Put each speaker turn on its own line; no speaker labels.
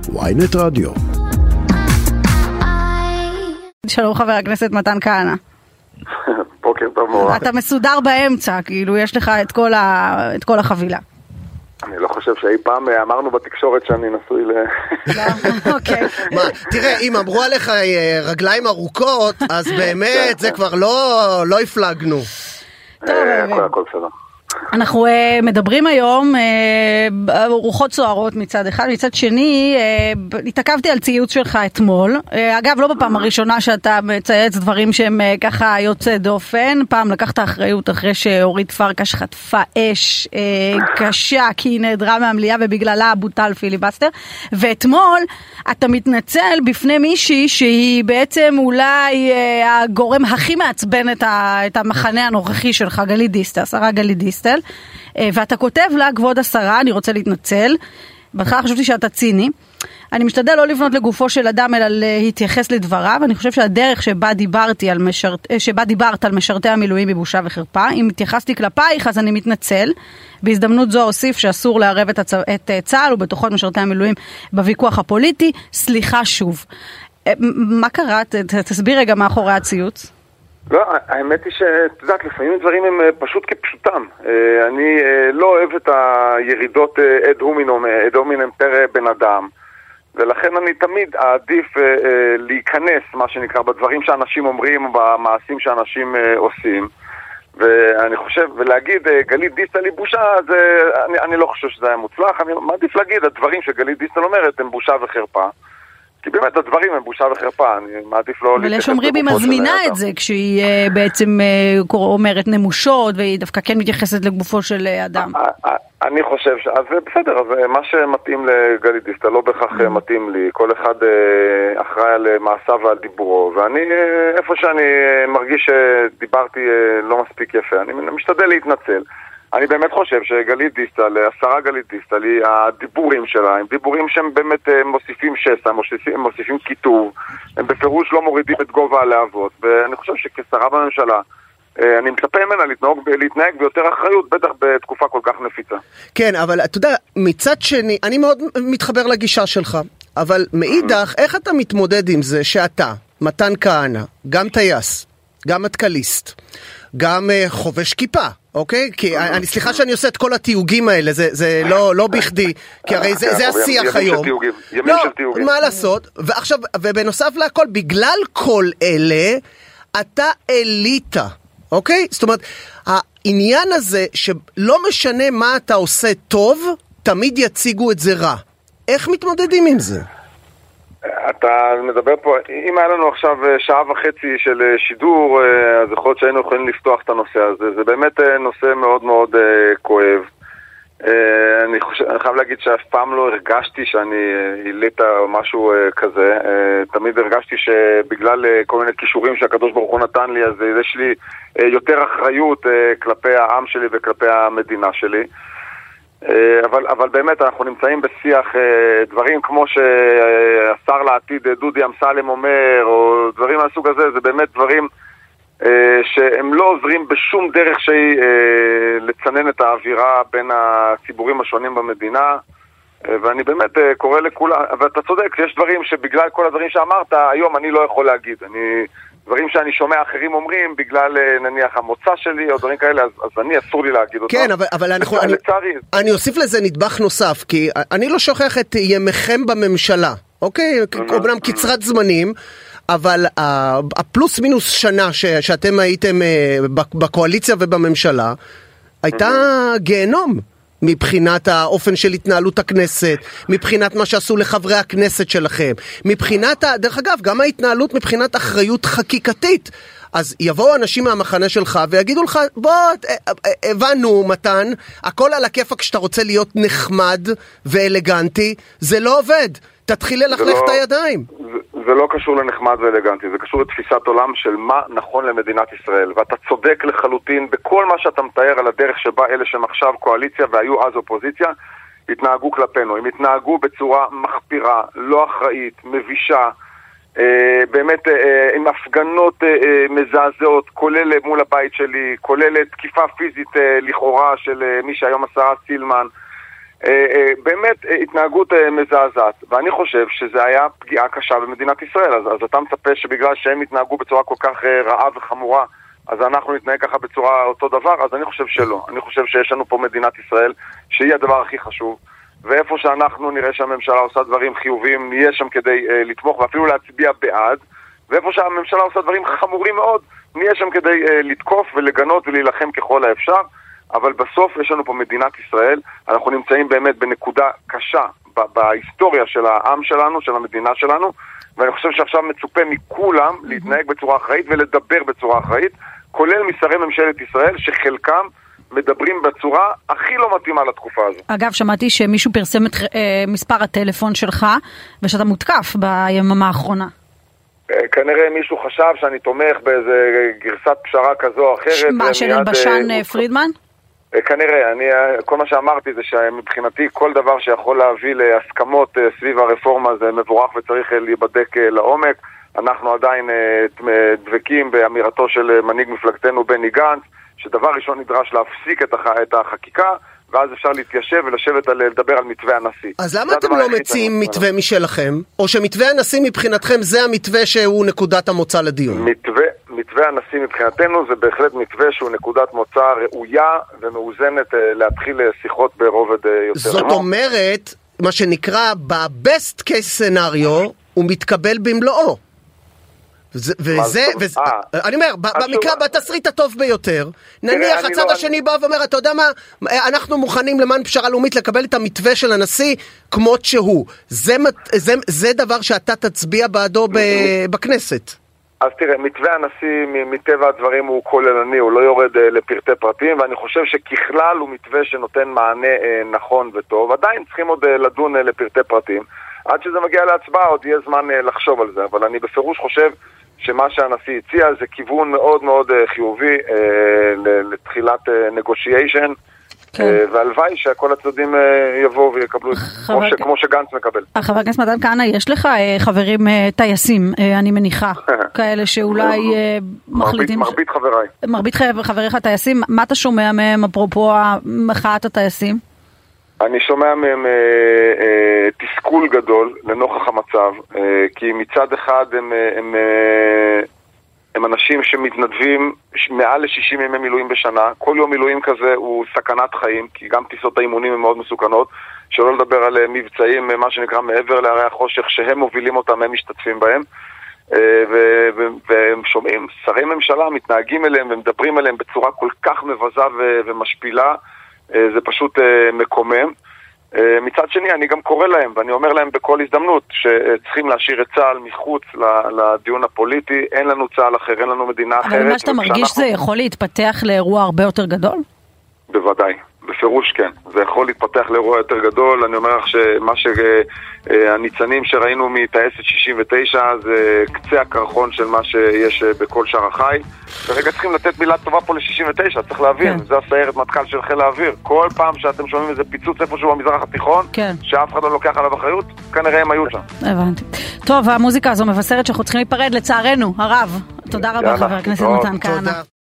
ynet רדיו.
שלום חבר הכנסת מתן כהנא.
בוקר טוב מורה.
אתה מסודר באמצע, כאילו יש לך את כל החבילה.
אני לא חושב שאי פעם אמרנו בתקשורת שאני נשוי
אוקיי.
מה, תראה, אם אמרו עליך רגליים ארוכות, אז באמת זה כבר לא הפלגנו.
הכל בסדר.
אנחנו מדברים היום רוחות סוערות מצד אחד, מצד שני התעכבתי על ציוץ שלך אתמול, אגב לא בפעם הראשונה שאתה מצייץ דברים שהם ככה יוצא דופן, פעם לקחת אחריות אחרי שאורית פרקש חטפה אש קשה כי היא נעדרה מהמליאה ובגללה בוטל פיליבסטר, ואתמול אתה מתנצל בפני מישהי שהיא בעצם אולי הגורם הכי מעצבן את המחנה הנוכחי שלך, גלית דיסטל, השרה גלית דיסטל, ואתה כותב לה, כבוד השרה, אני רוצה להתנצל, בהתחלה חשבתי שאתה ציני, אני משתדל לא לבנות לגופו של אדם אלא להתייחס לדבריו, אני חושב שהדרך שבה דיברת על משרתי המילואים היא בושה וחרפה, אם התייחסתי כלפייך אז אני מתנצל, בהזדמנות זו אוסיף שאסור לערב את צה"ל ובתוכו את משרתי המילואים בוויכוח הפוליטי, סליחה שוב. מה קרה? תסביר רגע מאחורי הציוץ.
לא, האמת היא שאת יודעת, לפעמים דברים הם פשוט כפשוטם. אני לא אוהב את הירידות אד הומינם פר בן אדם, ולכן אני תמיד אעדיף להיכנס, מה שנקרא, בדברים שאנשים אומרים, במעשים שאנשים עושים. ואני חושב, ולהגיד גלית דיסטל היא בושה, אני לא חושב שזה היה מוצלח, אני מעדיף להגיד, הדברים שגלית דיסטל אומרת הם בושה וחרפה. כי באמת הדברים הם בושה וחרפה, אני מעדיף לא...
אבל יש אומרים היא מזמינה את זה, כשהיא בעצם אומרת נמושות, והיא דווקא כן מתייחסת לגופו של אדם.
אני חושב אז בסדר, אז מה שמתאים לגלית דיסטל לא בכך מתאים לי, כל אחד אחראי על מעשיו ועל דיבורו, ואני, איפה שאני מרגיש שדיברתי לא מספיק יפה, אני משתדל להתנצל. אני באמת חושב שגלית דיסטל, השרה גלית דיסטל, הדיבורים שלה, הם דיבורים שהם באמת מוסיפים שסע, מוסיפים כיתוב, הם בפירוש לא מורידים את גובה הלהבות, ואני חושב שכשרה בממשלה, אני מצפה ממנה להתנהג ביותר אחריות, בטח בתקופה כל כך נפיצה.
כן, אבל אתה יודע, מצד שני, אני מאוד מתחבר לגישה שלך, אבל מאידך, איך אתה מתמודד עם זה שאתה, מתן כהנא, גם טייס, גם מטכ"ליסט, גם חובש כיפה, אוקיי? כי אני סליחה שאני עושה את כל התיוגים האלה, זה לא בכדי, כי הרי זה השיח היום.
ימים של תיוגים.
מה לעשות? ועכשיו, ובנוסף להכל, בגלל כל אלה, אתה אליטה, אוקיי? זאת אומרת, העניין הזה שלא משנה מה אתה עושה טוב, תמיד יציגו את זה רע. איך מתמודדים עם זה?
אתה מדבר פה, אם היה לנו עכשיו שעה וחצי של שידור, אז יכול להיות שהיינו יכולים לפתוח את הנושא הזה. זה באמת נושא מאוד מאוד כואב. אני חייב להגיד שאף פעם לא הרגשתי שאני העלית משהו כזה. תמיד הרגשתי שבגלל כל מיני כישורים שהקדוש ברוך הוא נתן לי, אז יש לי יותר אחריות כלפי העם שלי וכלפי המדינה שלי. אבל באמת אנחנו נמצאים בשיח דברים כמו שהשר לעתיד דודי אמסלם אומר, או דברים מהסוג הזה, זה באמת דברים שהם לא עוזרים בשום דרך שהיא לצנן את האווירה בין הציבורים השונים במדינה, ואני באמת קורא לכולם, ואתה צודק, יש דברים שבגלל כל הדברים שאמרת, היום אני לא יכול להגיד, דברים שאני שומע אחרים אומרים, בגלל נניח המוצא שלי או דברים כאלה, אז אני אסור לי להגיד אותם.
כן, אבל אני אוסיף לזה נדבך נוסף, כי אני לא שוכח את ימיכם בממשלה, אוקיי? אומנם קצרת זמנים, אבל הפלוס מינוס שנה שאתם הייתם בקואליציה ובממשלה, הייתה גיהנום. מבחינת האופן של התנהלות הכנסת, מבחינת מה שעשו לחברי הכנסת שלכם, מבחינת, דרך אגב, גם ההתנהלות מבחינת אחריות חקיקתית. אז יבואו אנשים מהמחנה שלך ויגידו לך, בוא, הבנו מתן, הכל על הכיפק שאתה רוצה להיות נחמד ואלגנטי, זה לא עובד. תתחיל ללכלך את הידיים.
זה לא קשור לנחמד ואלגנטי, זה קשור לתפיסת עולם של מה נכון למדינת ישראל, ואתה צודק לחלוטין בכל מה שאתה מתאר על הדרך שבה אלה שהם עכשיו קואליציה והיו אז אופוזיציה, התנהגו כלפינו. הם התנהגו בצורה מחפירה, לא אחראית, מבישה, באמת עם הפגנות מזעזעות, כולל מול הבית שלי, כולל תקיפה פיזית לכאורה של מי שהיום השרה סילמן, באמת התנהגות מזעזעת, ואני חושב שזה היה פגיעה קשה במדינת ישראל, אז אתה מצפה שבגלל שהם התנהגו בצורה כל כך רעה וחמורה, אז אנחנו נתנהג ככה בצורה אותו דבר? אז אני חושב שלא. אני חושב שיש לנו פה מדינת ישראל, שהיא הדבר הכי חשוב, ואיפה שאנחנו נראה שהממשלה עושה דברים חיוביים, נהיה שם כדי לתמוך ואפילו להצביע בעד, ואיפה שהממשלה עושה דברים חמורים מאוד, נהיה שם כדי לתקוף ולגנות ולהילחם ככל האפשר, אבל בסוף יש לנו פה מדינת ישראל, אנחנו נמצאים באמת בנקודה קשה בהיסטוריה של העם שלנו, של המדינה שלנו, ואני חושב שעכשיו מצופה מכולם להתנהג בצורה אחראית ולדבר בצורה אחראית, כולל משרי ממשלת ישראל שחלקם מדברים בצורה הכי לא מתאימה לתקופה הזו.
אגב, שמעתי שמישהו פרסם את מספר הטלפון שלך ושאתה מותקף ביממה האחרונה.
כנראה מישהו חשב שאני תומך באיזה גרסת פשרה כזו או אחרת.
מה, של אלבשן פרידמן?
כנראה, כל מה שאמרתי זה שמבחינתי כל דבר שיכול להביא להסכמות סביב הרפורמה זה מבורך וצריך להיבדק לעומק. אנחנו עדיין דבקים באמירתו של מנהיג מפלגתנו בני גנץ, שדבר ראשון נדרש להפסיק את החקיקה, ואז אפשר להתיישב ולשבת לדבר על מתווה הנשיא.
אז למה אתם לא מציעים מתווה משלכם? או שמתווה הנשיא מבחינתכם זה המתווה שהוא נקודת המוצא לדיון?
מתווה הנשיא מבחינתנו זה בהחלט מתווה שהוא נקודת מוצא ראויה ומאוזנת להתחיל שיחות ברובד יותר.
זאת אומרת, מה שנקרא ב-best case scenario הוא מתקבל במלואו. אני אומר, במקרה, בתסריט הטוב ביותר, נניח הצד השני בא ואומר, אתה יודע מה, אנחנו מוכנים למען פשרה לאומית לקבל את המתווה של הנשיא כמות שהוא. זה דבר שאתה תצביע בעדו בכנסת.
אז תראה, מתווה הנשיא מטבע הדברים הוא כוללני, הוא לא יורד לפרטי פרטים, ואני חושב שככלל הוא מתווה שנותן מענה נכון וטוב. עדיין צריכים עוד לדון לפרטי פרטים. עד שזה מגיע להצבעה עוד יהיה זמן לחשוב על זה, אבל אני בפירוש חושב שמה שהנשיא הציע זה כיוון מאוד מאוד חיובי לתחילת negotiation, והלוואי שכל הצדדים יבואו ויקבלו כמו שגנץ מקבל.
חבר הכנסת מתן כהנא, יש לך חברים טייסים, אני מניחה, כאלה שאולי מחליטים... מרבית חבריך טייסים, מה אתה שומע מהם אפרופו מחאת הטייסים?
אני שומע מהם תסכול גדול לנוכח המצב, כי מצד אחד הם אנשים שמתנדבים מעל ל-60 ימי מילואים בשנה. כל יום מילואים כזה הוא סכנת חיים, כי גם טיסות האימונים הן מאוד מסוכנות, שלא לדבר על מבצעים, מה שנקרא מעבר להרי החושך, שהם מובילים אותם, הם משתתפים בהם, והם שומעים, שרי ממשלה מתנהגים אליהם ומדברים אליהם בצורה כל כך מבזה ומשפילה, זה פשוט מקומם. מצד שני, אני גם קורא להם, ואני אומר להם בכל הזדמנות, שצריכים להשאיר את צה"ל מחוץ לדיון הפוליטי. אין לנו צה"ל אחר, אין לנו מדינה אחרת.
אבל מה שאתה מרגיש זה יכול להתפתח לאירוע הרבה יותר גדול?
בוודאי, בפירוש כן. זה יכול להתפתח לאירוע יותר גדול. אני אומר לך שמה הניצנים שראינו מטייסת 69 זה קצה הקרחון של מה שיש בכל שער החי. כרגע צריכים לתת מילה טובה פה ל-69, צריך להבין, זה הסיירת מטכ"ל של חיל האוויר. כל פעם שאתם שומעים איזה פיצוץ איפשהו במזרח התיכון, שאף אחד לא לוקח עליו אחריות, כנראה הם היו שם.
הבנתי. טוב, המוזיקה הזו מבשרת שאנחנו צריכים להיפרד לצערנו, הרב. תודה רבה חבר הכנסת מתן כהנא.